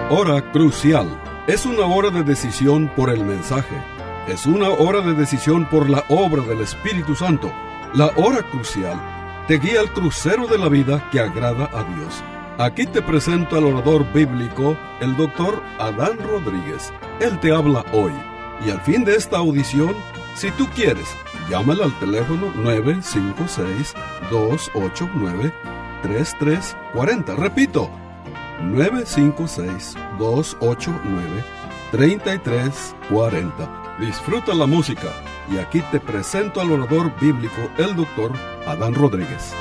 Hora crucial. Es una hora de decisión por el mensaje. Es una hora de decisión por la obra del Espíritu Santo. La hora crucial te guía al crucero de la vida que agrada a Dios. Aquí te presento al orador bíblico, el doctor Adán Rodríguez. Él te habla hoy. Y al fin de esta audición, si tú quieres, llámale al teléfono 956-289-3340. Repito, 956-289-3340. Disfruta la música y aquí te presento al orador bíblico, el doctor Adán Rodríguez.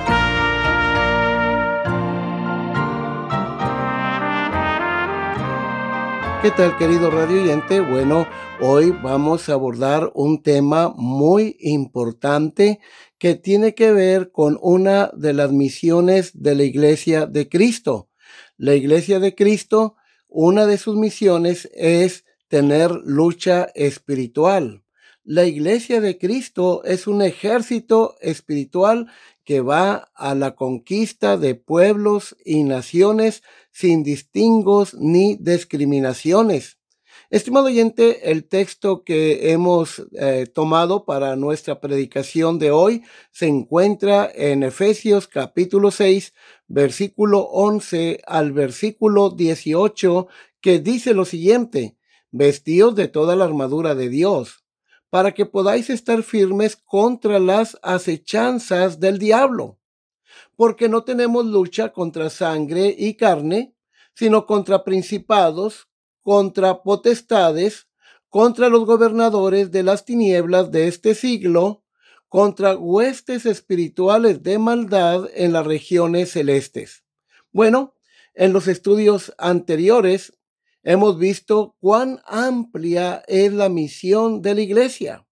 ¿Qué tal, querido radio oyente? Bueno, hoy vamos a abordar un tema muy importante que tiene que ver con una de las misiones de la Iglesia de Cristo. La Iglesia de Cristo, una de sus misiones es tener lucha espiritual. La Iglesia de Cristo es un ejército espiritual que va a la conquista de pueblos y naciones sin distingos ni discriminaciones. Estimado oyente, el texto que hemos tomado para nuestra predicación de hoy se encuentra en Efesios capítulo 6, versículo 11 al versículo 18, que dice lo siguiente: vestíos de toda la armadura de Dios, para que podáis estar firmes contra las acechanzas del diablo. Porque no tenemos lucha contra sangre y carne, sino contra principados, contra potestades, contra los gobernadores de las tinieblas de este siglo, contra huestes espirituales de maldad en las regiones celestes. Bueno, en los estudios anteriores hemos visto cuán amplia es la misión de la iglesia.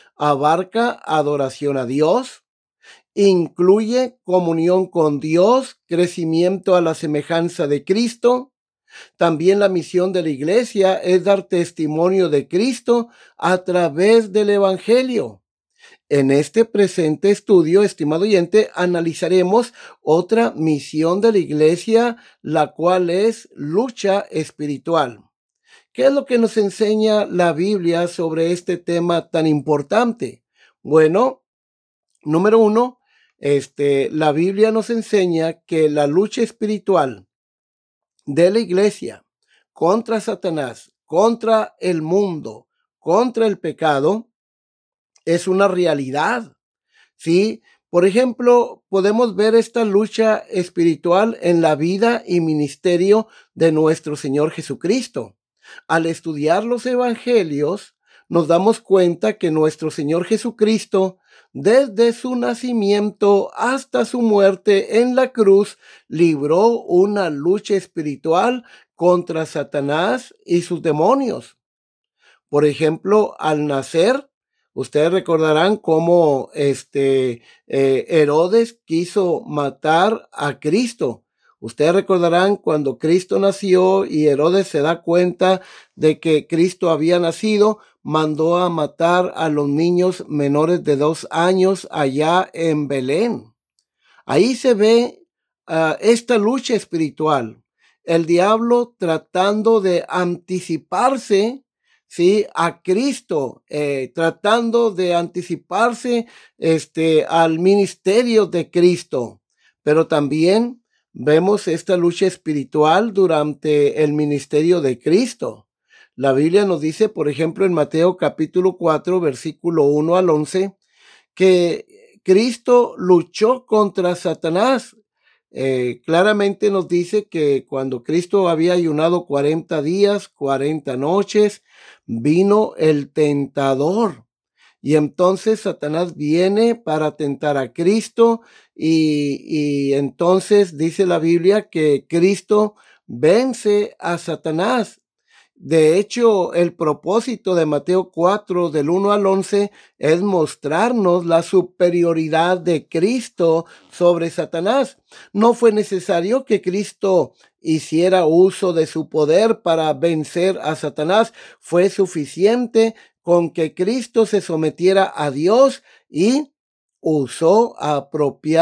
Abarca adoración a Dios, incluye comunión con Dios, crecimiento a la semejanza de Cristo. También la misión de la iglesia es dar testimonio de Cristo a través del Evangelio. En este presente estudio, estimado oyente, analizaremos otra misión de la iglesia, la cual es lucha espiritual. ¿Qué es lo que nos enseña la Biblia sobre este tema tan importante? Bueno, número uno, la Biblia nos enseña que la lucha espiritual de la iglesia contra Satanás, contra el mundo, contra el pecado, es una realidad, ¿sí? Por ejemplo, podemos ver esta lucha espiritual en la vida y ministerio de nuestro Señor Jesucristo. Al estudiar los evangelios, nos damos cuenta que nuestro Señor Jesucristo, desde su nacimiento hasta su muerte en la cruz, libró una lucha espiritual contra Satanás y sus demonios. Por ejemplo, al nacer, ustedes recordarán cómo Herodes quiso matar a Cristo. Ustedes recordarán cuando Cristo nació y Herodes se da cuenta de que Cristo había nacido, mandó a matar a los niños menores de 2 años allá en Belén. Ahí se ve esta lucha espiritual. El diablo tratando de anticiparse, ¿sí?, a Cristo, tratando de anticiparse al ministerio de Cristo. Pero también vemos esta lucha espiritual durante el ministerio de Cristo. La Biblia nos dice, por ejemplo, en Mateo capítulo 4, versículo 1 al 11, que Cristo luchó contra Satanás. Claramente nos dice que cuando Cristo había ayunado 40 días, 40 noches, vino el tentador. Y entonces Satanás viene para tentar a Cristo y entonces dice la Biblia que Cristo vence a Satanás. De hecho, el propósito de Mateo 4, del 1 al 11, es mostrarnos la superioridad de Cristo sobre Satanás. No fue necesario que Cristo hiciera uso de su poder para vencer a Satanás. Fue suficiente con que Cristo se sometiera a Dios y usó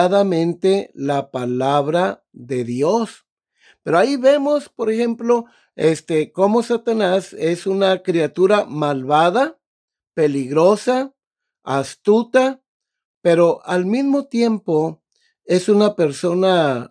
apropiadamente la palabra de Dios. Pero ahí vemos, por ejemplo, cómo Satanás es una criatura malvada, peligrosa, astuta, pero al mismo tiempo es una persona,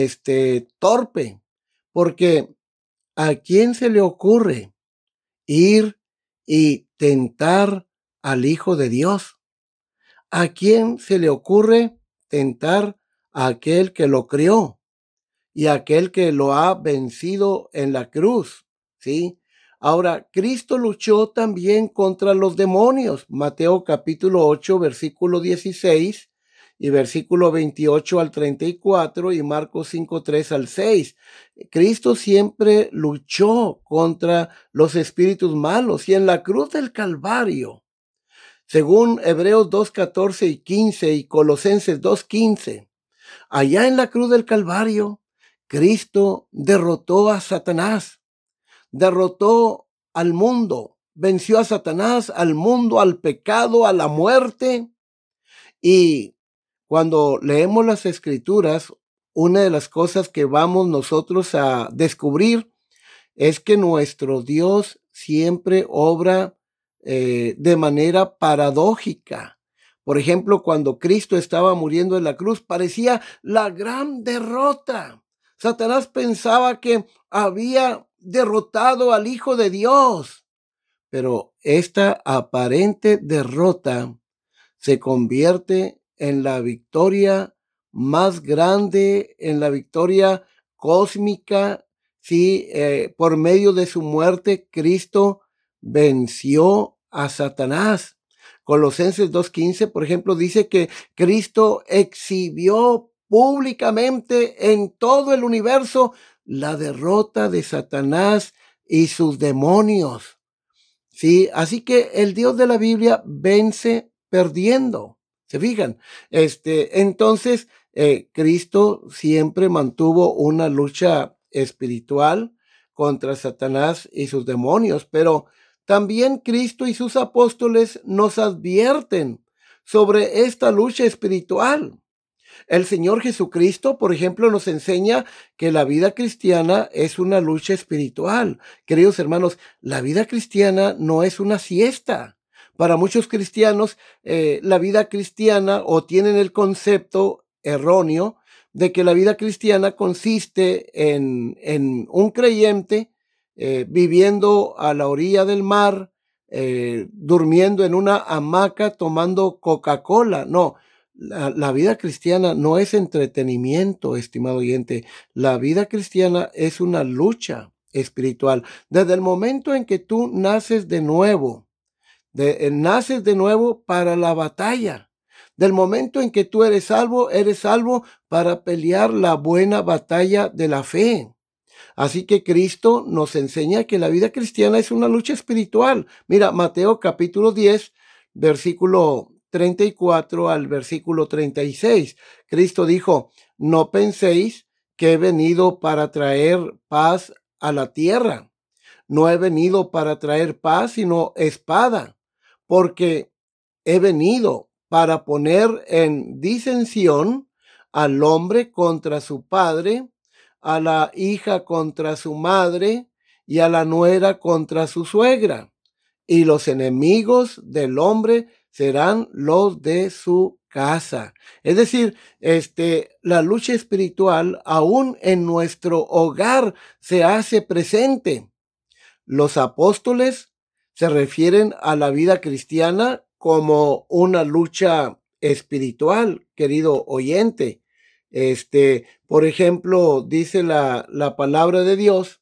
torpe, porque ¿a quién se le ocurre ir y tentar al Hijo de Dios? ¿A quién se le ocurre tentar a aquel que lo crió y a aquel que lo ha vencido en la cruz? ¿Sí? Ahora, Cristo luchó también contra los demonios. Mateo capítulo 8, versículo 16 y versículo 28 al 34 y Marcos 5, 3 al 6. Cristo siempre luchó contra los espíritus malos y en la cruz del Calvario, según Hebreos 2, 14 y 15 y Colosenses 2, 15, allá en la cruz del Calvario, Cristo derrotó a Satanás, derrotó al mundo, venció a Satanás, al mundo, al pecado, a la muerte. Y cuando leemos las Escrituras, una de las cosas que vamos nosotros a descubrir es que nuestro Dios siempre obra de manera paradójica. Por ejemplo, cuando Cristo estaba muriendo en la cruz, parecía la gran derrota. Satanás pensaba que había derrotado al Hijo de Dios, pero esta aparente derrota se convierte en la victoria más grande, en la victoria cósmica. Sí, por medio de su muerte, Cristo venció a Satanás. Colosenses 2:15, por ejemplo, dice que Cristo exhibió públicamente en todo el universo la derrota de Satanás y sus demonios. Sí, así que el Dios de la Biblia vence perdiendo. ¿Se fijan? Entonces, Cristo siempre mantuvo una lucha espiritual contra Satanás y sus demonios, pero también Cristo y sus apóstoles nos advierten sobre esta lucha espiritual. El Señor Jesucristo, por ejemplo, nos enseña que la vida cristiana es una lucha espiritual. Queridos hermanos, la vida cristiana no es una siesta. Para muchos cristianos, la vida cristiana, o tienen el concepto erróneo de que la vida cristiana consiste en un creyente viviendo a la orilla del mar, durmiendo en una hamaca tomando Coca-Cola. No. La vida cristiana no es entretenimiento, estimado oyente. La vida cristiana es una lucha espiritual. Desde el momento en que tú naces de nuevo, naces de nuevo para la batalla. Del momento en que tú eres salvo para pelear la buena batalla de la fe. Así que Cristo nos enseña que la vida cristiana es una lucha espiritual. Mira, Mateo capítulo 10, versículo 34 al versículo 36. Cristo dijo, no penséis que he venido para traer paz a la tierra. No he venido para traer paz, sino espada, porque he venido para poner en disensión al hombre contra su padre, a la hija contra su madre y a la nuera contra su suegra. Y los enemigos del hombre serán los de su casa. Es decir, la lucha espiritual aún en nuestro hogar se hace presente. Los apóstoles se refieren a la vida cristiana como una lucha espiritual, querido oyente. Por ejemplo, dice la palabra de Dios,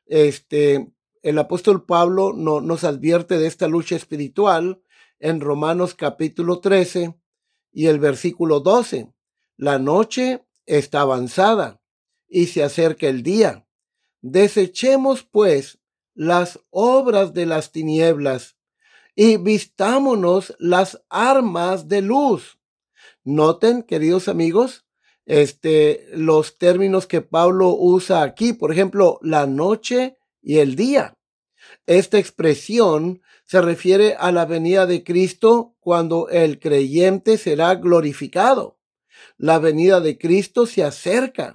el apóstol Pablo nos advierte de esta lucha espiritual en Romanos capítulo 13 y el versículo 12. La noche está avanzada y se acerca el día. Desechemos, pues, las obras de las tinieblas y vistámonos las armas de luz. Noten, queridos amigos, los términos que Pablo usa aquí, por ejemplo, la noche y el día. Esta expresión se refiere a la venida de Cristo cuando el creyente será glorificado. La venida de Cristo se acerca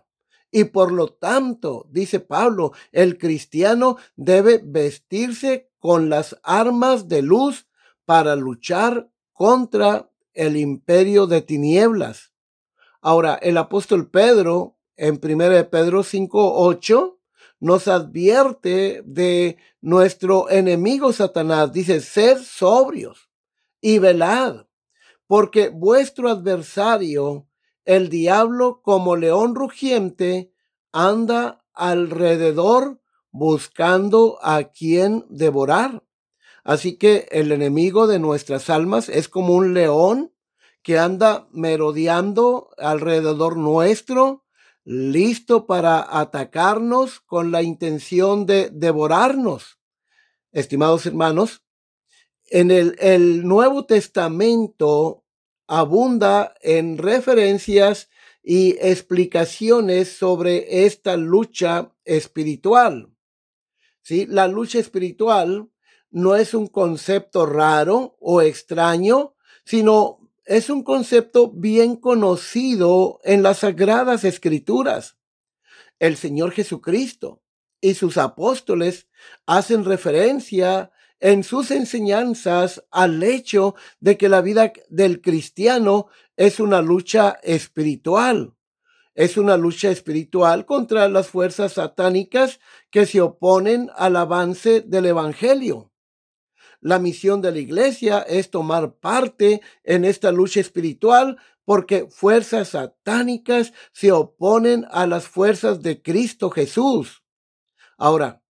Y por lo tanto, dice Pablo, el cristiano debe vestirse con las armas de luz para luchar contra el imperio de tinieblas. Ahora, el apóstol Pedro, en 1 Pedro 5:8, nos advierte de nuestro enemigo Satanás. Dice, sed sobrios y velad, porque vuestro adversario, el diablo, como león rugiente, anda alrededor buscando a quien devorar. Así que el enemigo de nuestras almas es como un león que anda merodeando alrededor nuestro, listo para atacarnos con la intención de devorarnos. Estimados hermanos, en el Nuevo Testamento abunda en referencias y explicaciones sobre esta lucha espiritual. ¿Sí? La lucha espiritual no es un concepto raro o extraño, sino es un concepto bien conocido en las Sagradas Escrituras. El Señor Jesucristo y sus apóstoles hacen referencia en sus enseñanzas al hecho de que la vida del cristiano es una lucha espiritual. Es una lucha espiritual contra las fuerzas satánicas que se oponen al avance del evangelio. La misión de la iglesia es tomar parte en esta lucha espiritual porque fuerzas satánicas se oponen a las fuerzas de Cristo Jesús. Ahora,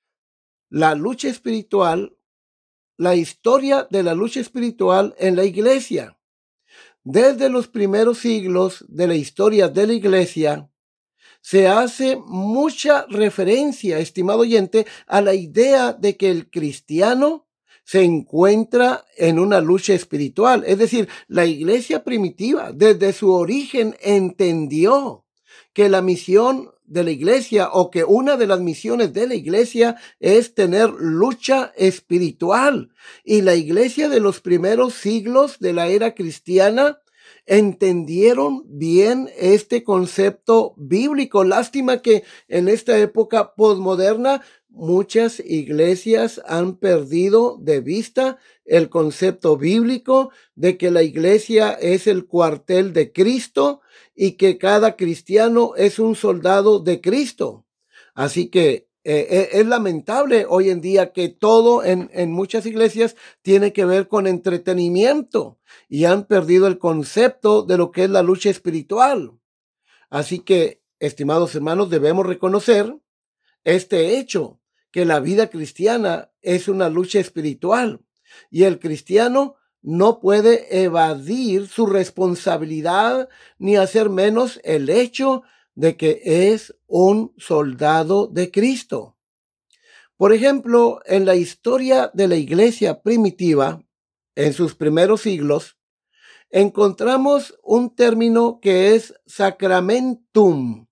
la lucha espiritual, la historia de la lucha espiritual en la iglesia. Desde los primeros siglos de la historia de la iglesia, se hace mucha referencia, estimado oyente, a la idea de que el cristiano se encuentra en una lucha espiritual. Es decir, la iglesia primitiva, desde su origen, entendió que la misión de la iglesia, o que una de las misiones de la iglesia, es tener lucha espiritual. Y la iglesia de los primeros siglos de la era cristiana entendieron bien este concepto bíblico. Lástima que en esta época posmoderna muchas iglesias han perdido de vista el concepto bíblico de que la iglesia es el cuartel de Cristo y que cada cristiano es un soldado de Cristo. Así que es lamentable hoy en día que todo en muchas iglesias tiene que ver con entretenimiento y han perdido el concepto de lo que es la lucha espiritual. Así que, estimados hermanos, debemos reconocer este hecho, que la vida cristiana es una lucha espiritual y el cristiano no puede evadir su responsabilidad ni hacer menos el hecho de que es un soldado de Cristo. Por ejemplo, en la historia de la iglesia primitiva, en sus primeros siglos, encontramos un término que es sacramentum.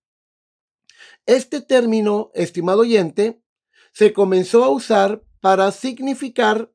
Este término, estimado oyente, se comenzó a usar para significar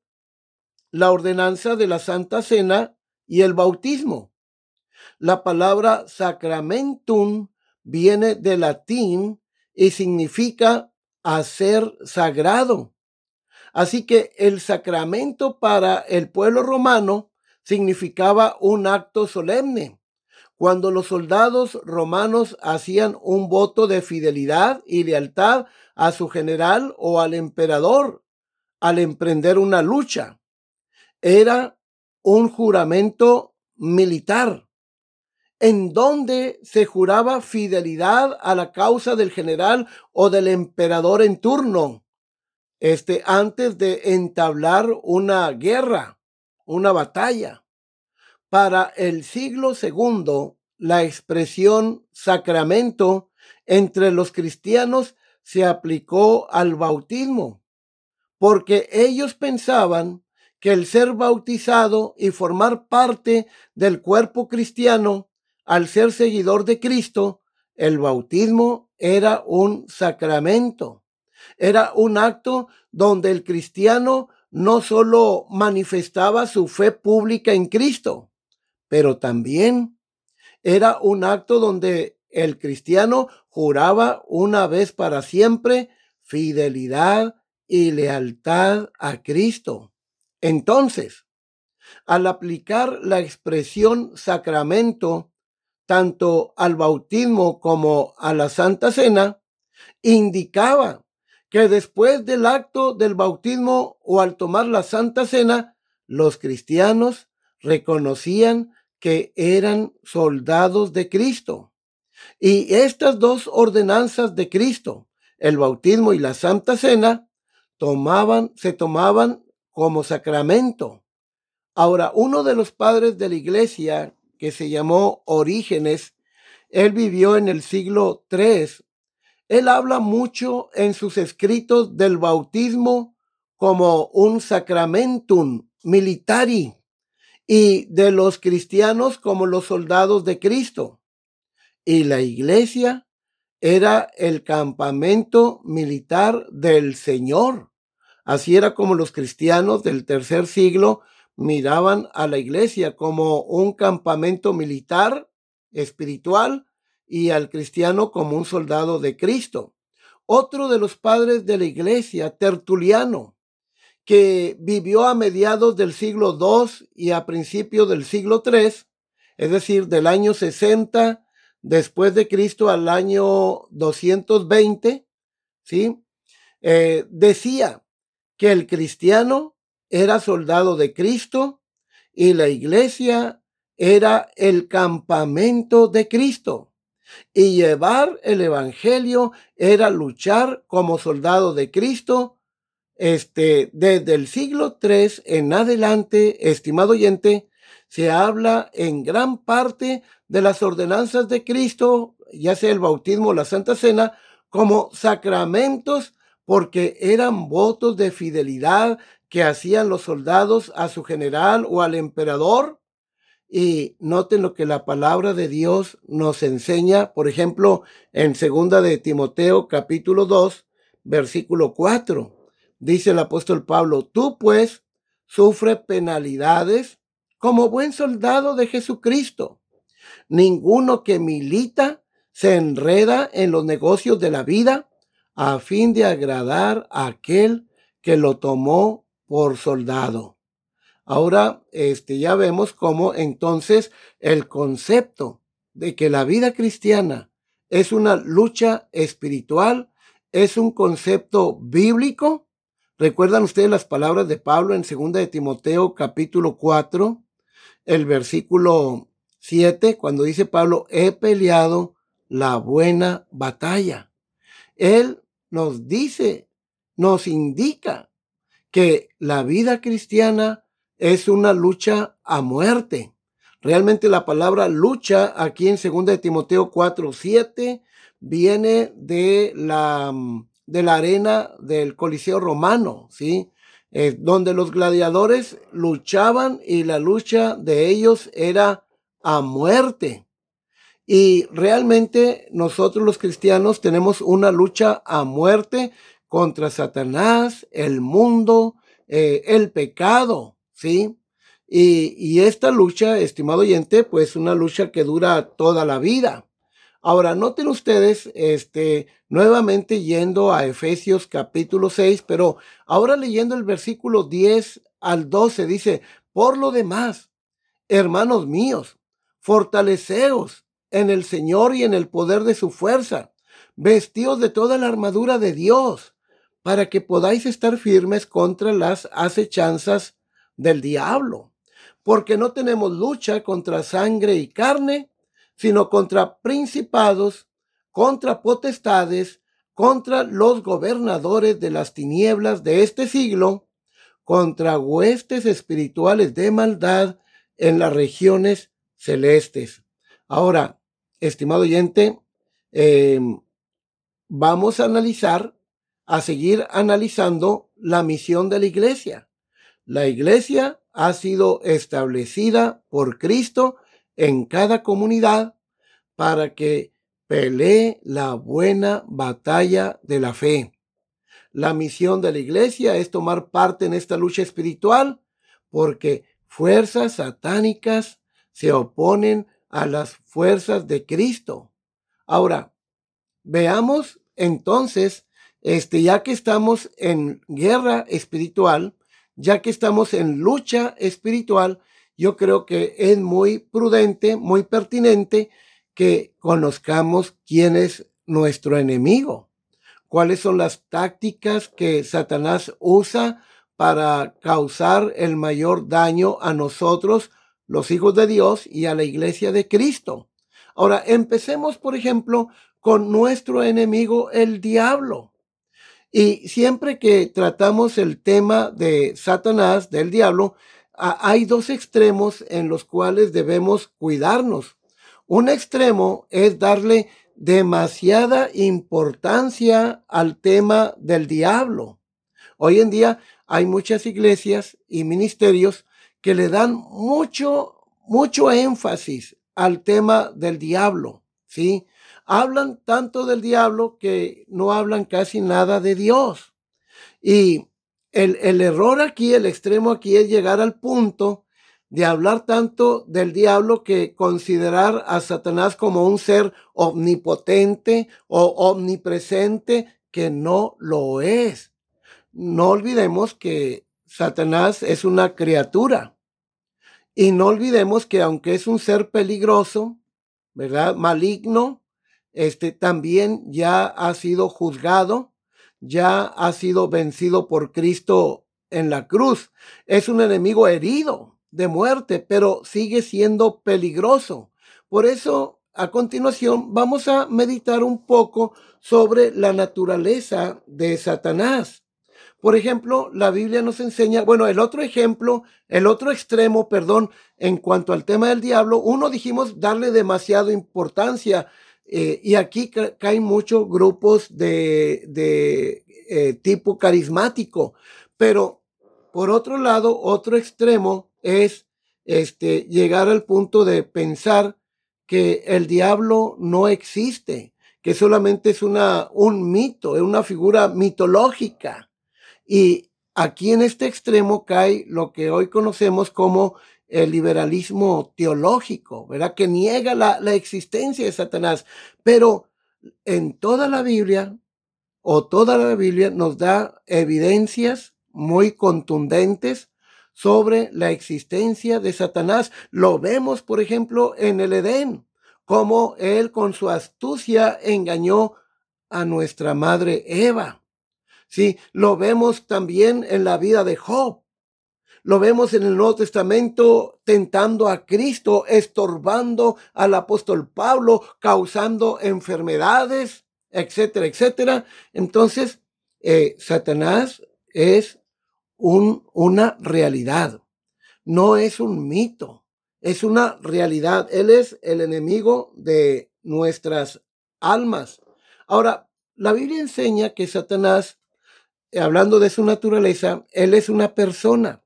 la ordenanza de la Santa Cena y el bautismo. La palabra sacramentum viene del latín y significa hacer sagrado. Así que el sacramento para el pueblo romano significaba un acto solemne. Cuando los soldados romanos hacían un voto de fidelidad y lealtad a su general o al emperador al emprender una lucha, era un juramento militar en donde se juraba fidelidad a la causa del general o del emperador en turno, antes de entablar una guerra, una batalla. Para el siglo II, la expresión sacramento entre los cristianos se aplicó al bautismo, porque ellos pensaban que el ser bautizado y formar parte del cuerpo cristiano, al ser seguidor de Cristo, el bautismo era un sacramento. Era un acto donde el cristiano no solo manifestaba su fe pública en Cristo, pero también era un acto donde el cristiano juraba una vez para siempre fidelidad y lealtad a Cristo. Entonces, al aplicar la expresión sacramento tanto al bautismo como a la Santa Cena, indicaba que después del acto del bautismo o al tomar la Santa Cena, los cristianos reconocían que eran soldados de Cristo. Y estas dos ordenanzas de Cristo, el bautismo y la Santa Cena, se tomaban como sacramento. Ahora, uno de los padres de la iglesia, que se llamó Orígenes, él vivió en el siglo III. Él habla mucho en sus escritos del bautismo como un sacramentum militari y de los cristianos como los soldados de Cristo. Y la iglesia era el campamento militar del Señor. Así era como los cristianos del tercer siglo miraban a la iglesia como un campamento militar espiritual y al cristiano como un soldado de Cristo. Otro de los padres de la iglesia, Tertuliano, que vivió a mediados del siglo II y a principios del siglo III, es decir, del año 60 después de Cristo al año 220, ¿sí? Decía que el cristiano era soldado de Cristo y la iglesia era el campamento de Cristo. Y llevar el evangelio era luchar como soldado de Cristo. Desde el siglo III en adelante, estimado oyente, se habla en gran parte de las ordenanzas de Cristo, ya sea el bautismo o la Santa Cena, como sacramentos, porque eran votos de fidelidad que hacían los soldados a su general o al emperador. Y noten lo que la palabra de Dios nos enseña, por ejemplo, en 2 de Timoteo capítulo 2, versículo 4. Dice el apóstol Pablo: tú pues sufre penalidades como buen soldado de Jesucristo. Ninguno que milita se enreda en los negocios de la vida a fin de agradar a aquel que lo tomó por soldado. Ahora, ya vemos cómo entonces el concepto de que la vida cristiana es una lucha espiritual es un concepto bíblico. ¿Recuerdan ustedes las palabras de Pablo en 2 de Timoteo capítulo 4, el versículo 7, cuando dice Pablo: he peleado la buena batalla? Él nos dice, nos indica que la vida cristiana es una lucha a muerte. Realmente la palabra lucha aquí en 2 de Timoteo 4:7 viene de la arena del Coliseo Romano, ¿sí? Donde los gladiadores luchaban y la lucha de ellos era a muerte. Y realmente nosotros los cristianos tenemos una lucha a muerte contra Satanás, el mundo, el pecado, ¿sí? Y esta lucha, estimado oyente, pues una lucha que dura toda la vida. Ahora, noten ustedes, nuevamente yendo a Efesios capítulo 6, pero ahora leyendo el versículo 10 al 12, dice: por lo demás, hermanos míos, fortaleceos en el Señor y en el poder de su fuerza, vestidos de toda la armadura de Dios, para que podáis estar firmes contra las acechanzas del diablo. Porque no tenemos lucha contra sangre y carne, sino contra principados, contra potestades, contra los gobernadores de las tinieblas de este siglo, contra huestes espirituales de maldad en las regiones celestes. Ahora, estimado oyente, vamos a seguir analizando la misión de la iglesia. La iglesia ha sido establecida por Cristo en cada comunidad para que pelee la buena batalla de la fe. La misión de la iglesia es tomar parte en esta lucha espiritual porque fuerzas satánicas se oponen a las fuerzas de Cristo. Ahora, veamos entonces, ya que estamos en guerra espiritual, ya que estamos en lucha espiritual, yo creo que es muy prudente, muy pertinente que conozcamos quién es nuestro enemigo, cuáles son las tácticas que Satanás usa para causar el mayor daño a nosotros, los hijos de Dios, y a la iglesia de Cristo. Ahora, empecemos, por ejemplo, con nuestro enemigo, el diablo. Y siempre que tratamos el tema de Satanás, del diablo, hay dos extremos en los cuales debemos cuidarnos. Un extremo es darle demasiada importancia al tema del diablo. Hoy en día hay muchas iglesias y ministerios que le dan mucho énfasis al tema del diablo, ¿sí? Hablan tanto del diablo que no hablan casi nada de Dios. Y el error aquí, el extremo aquí es llegar al punto de hablar tanto del diablo que considerar a Satanás como un ser omnipotente o omnipresente, que no lo es. No olvidemos que Satanás es una criatura. Y no olvidemos que aunque es un ser peligroso, ¿verdad? Maligno, también ya ha sido juzgado, ya ha sido vencido por Cristo en la cruz. Es un enemigo herido de muerte, pero sigue siendo peligroso. Por eso, a continuación, vamos a meditar un poco sobre la naturaleza de Satanás. Por ejemplo, la Biblia nos enseña, bueno, el otro extremo, en cuanto al tema del diablo, uno dijimos darle demasiada importancia, y aquí caen muchos grupos de tipo carismático, pero por otro lado, otro extremo es llegar al punto de pensar que el diablo no existe, que solamente es un mito, es una figura mitológica. Y aquí en este extremo cae lo que hoy conocemos como el liberalismo teológico, ¿verdad? Que niega la existencia de Satanás. Pero en toda la Biblia nos da evidencias muy contundentes sobre la existencia de Satanás. Lo vemos, por ejemplo, en el Edén, cómo él con su astucia engañó a nuestra madre Eva. Sí, lo vemos también en la vida de Job. Lo vemos en el Nuevo Testamento tentando a Cristo, estorbando al apóstol Pablo, causando enfermedades, etcétera, etcétera. Entonces, Satanás es una realidad, no es un mito, es una realidad. Él es el enemigo de nuestras almas. Ahora, la Biblia enseña que Satanás, hablando de su naturaleza, él es una persona.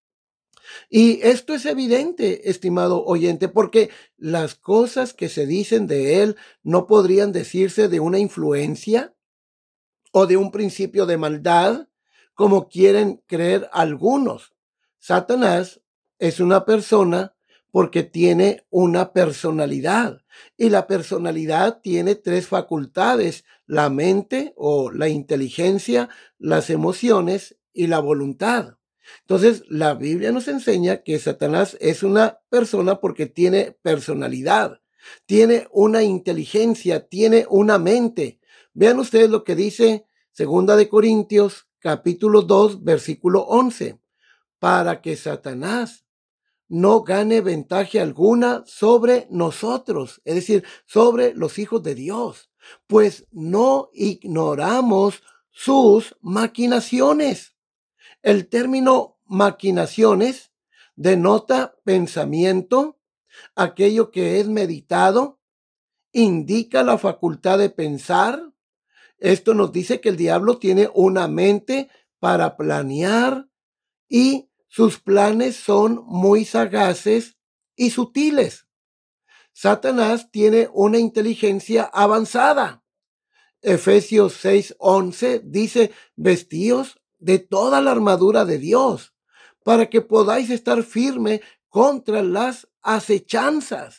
Y esto es evidente, estimado oyente, porque las cosas que se dicen de él no podrían decirse de una influencia o de un principio de maldad, como quieren creer algunos. Satanás es una persona porque tiene una personalidad, y la personalidad tiene tres facultades: la mente o la inteligencia, las emociones y la voluntad. Entonces, la Biblia nos enseña que Satanás es una persona porque tiene personalidad, tiene una inteligencia, tiene una mente. Vean ustedes lo que dice 2 Corintios capítulo 2, versículo 11. Para que Satanás no gane ventaja alguna sobre nosotros, es decir, sobre los hijos de Dios, pues no ignoramos sus maquinaciones. El término maquinaciones denota pensamiento, aquello que es meditado, indica la facultad de pensar. Esto nos dice que el diablo tiene una mente para planear, y sus planes son muy sagaces y sutiles. Satanás tiene una inteligencia avanzada. Efesios 6:11 dice: vestíos de toda la armadura de Dios, para que podáis estar firme contra las acechanzas.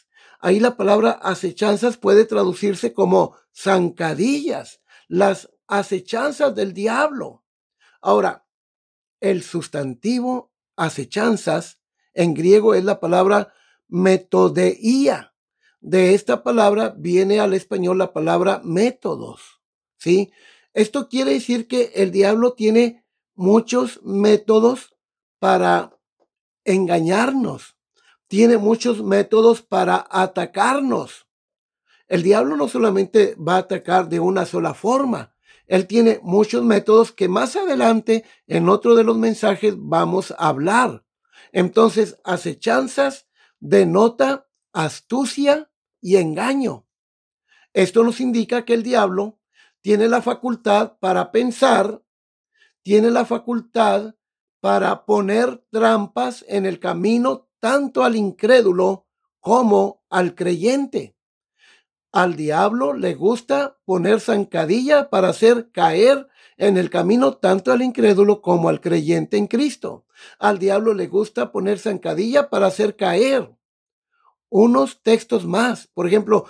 Ahí la palabra acechanzas puede traducirse como zancadillas, las acechanzas del diablo. Ahora, el sustantivo acechanzas en griego es la palabra metodeía. De esta palabra viene al español la palabra métodos, ¿sí? Esto quiere decir que el diablo tiene muchos métodos para engañarnos, tiene muchos métodos para atacarnos. El diablo no solamente va a atacar de una sola forma, él tiene muchos métodos que más adelante en otro de los mensajes vamos a hablar. Entonces, acechanzas denota astucia y engaño. Esto nos indica que el diablo tiene la facultad para pensar, tiene la facultad para poner trampas en el camino tanto al incrédulo como al creyente. Al diablo le gusta poner zancadilla para hacer caer en el camino tanto al incrédulo como al creyente en Cristo. Al diablo le gusta poner zancadilla para hacer caer unos textos más. Por ejemplo,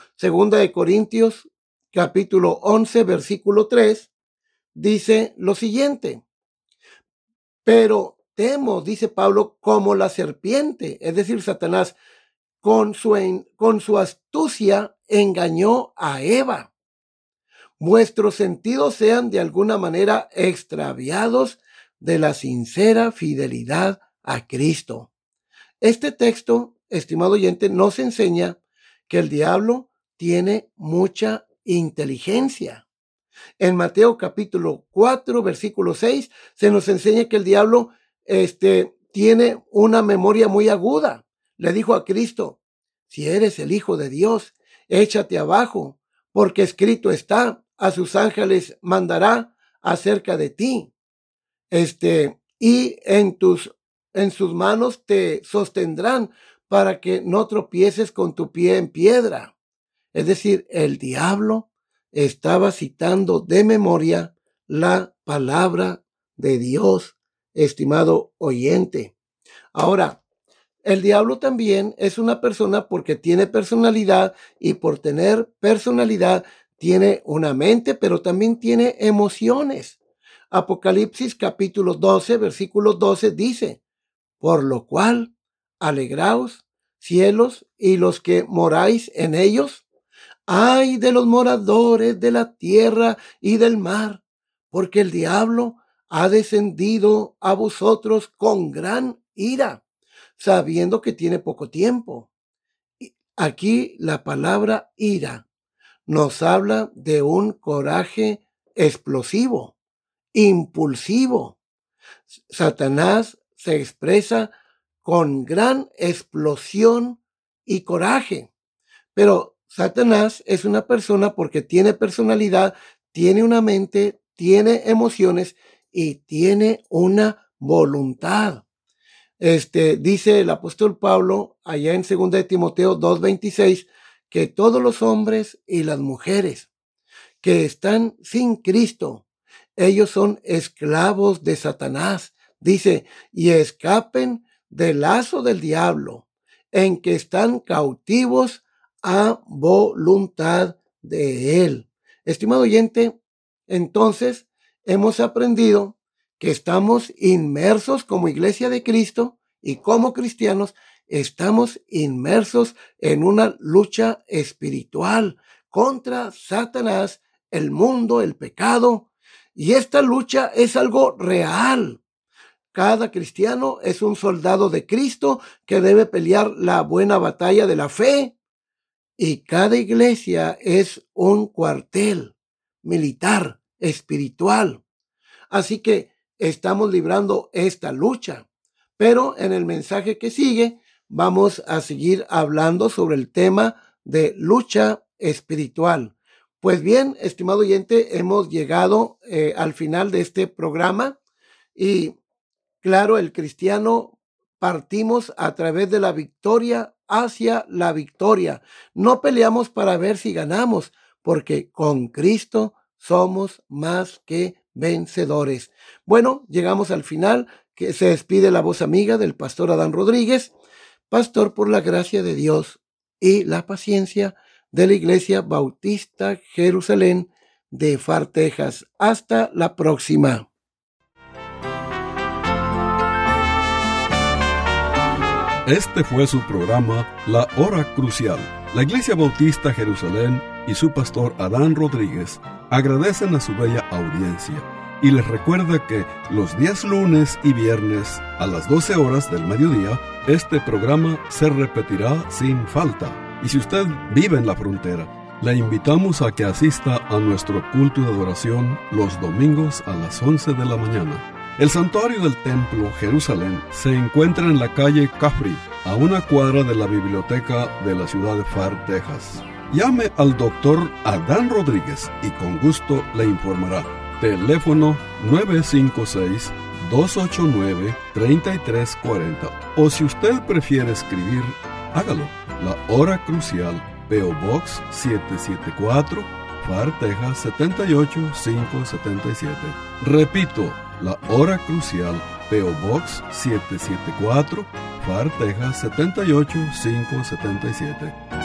2 capítulo 11, versículo 3, dice lo siguiente: pero temo, dice Pablo, como la serpiente, es decir, Satanás, con su astucia engañó a Eva. Vuestros sentidos sean de alguna manera extraviados de la sincera fidelidad a Cristo. Este texto, estimado oyente, nos enseña que el diablo tiene mucha inteligencia. En Mateo capítulo 4, versículo 6, se nos enseña que el diablo tiene una memoria muy aguda. Le dijo a Cristo: si eres el Hijo de Dios, échate abajo, porque escrito está: a sus ángeles mandará acerca de ti. Y en sus manos te sostendrán para que no tropieces con tu pie en piedra. Es decir, el diablo estaba citando de memoria la palabra de Dios, estimado oyente. Ahora, el diablo también es una persona porque tiene personalidad, y por tener personalidad tiene una mente, pero también tiene emociones. Apocalipsis capítulo 12, versículo 12 dice: por lo cual, alegraos, cielos, y los que moráis en ellos. Ay de los moradores de la tierra y del mar, porque el diablo ha descendido a vosotros con gran ira, sabiendo que tiene poco tiempo. Aquí la palabra ira nos habla de un coraje explosivo, impulsivo. Satanás se expresa con gran explosión y coraje, pero Satanás es una persona porque tiene personalidad, tiene una mente, tiene emociones y tiene una voluntad. Dice el apóstol Pablo allá en 2 de Timoteo 2:26 que todos los hombres y las mujeres que están sin Cristo, ellos son esclavos de Satanás. Dice: y escapen del lazo del diablo, en que están cautivos a voluntad de él. Estimado oyente, entonces hemos aprendido que estamos inmersos como Iglesia de Cristo y como cristianos, estamos inmersos en una lucha espiritual contra Satanás, el mundo, el pecado, y esta lucha es algo real. Cada cristiano es un soldado de Cristo que debe pelear la buena batalla de la fe, y cada iglesia es un cuartel militar, espiritual. Así que estamos librando esta lucha. Pero en el mensaje que sigue vamos a seguir hablando sobre el tema de lucha espiritual. Pues bien, estimado oyente, hemos llegado al final de este programa, y claro, el cristiano partimos a través de la victoria hacia la victoria. No peleamos para ver si ganamos, porque con Cristo somos más que vencedores. Bueno, llegamos al final, que se despide la voz amiga del pastor Adán Rodríguez. Pastor, por la gracia de Dios y la paciencia de la Iglesia Bautista Jerusalén de Far, Texas. Hasta la próxima. Este fue su programa La Hora Crucial. La Iglesia Bautista Jerusalén y su pastor Adán Rodríguez agradecen a su bella audiencia y les recuerda que los días lunes y viernes a las 12 horas del mediodía, este programa se repetirá sin falta. Y si usted vive en la frontera, le invitamos a que asista a nuestro culto de adoración los domingos a las 11 de la mañana. El santuario del Templo Jerusalén se encuentra en la calle Caffrey, a una cuadra de la biblioteca de la ciudad de Far, Texas. Llame al doctor Adán Rodríguez y con gusto le informará. Teléfono 956-289-3340. O si usted prefiere escribir, hágalo. La Hora Crucial, P.O. Box 774, Far, Texas 78577. Repito, La Hora Crucial, P.O. Box 774, Far, Texas 78577.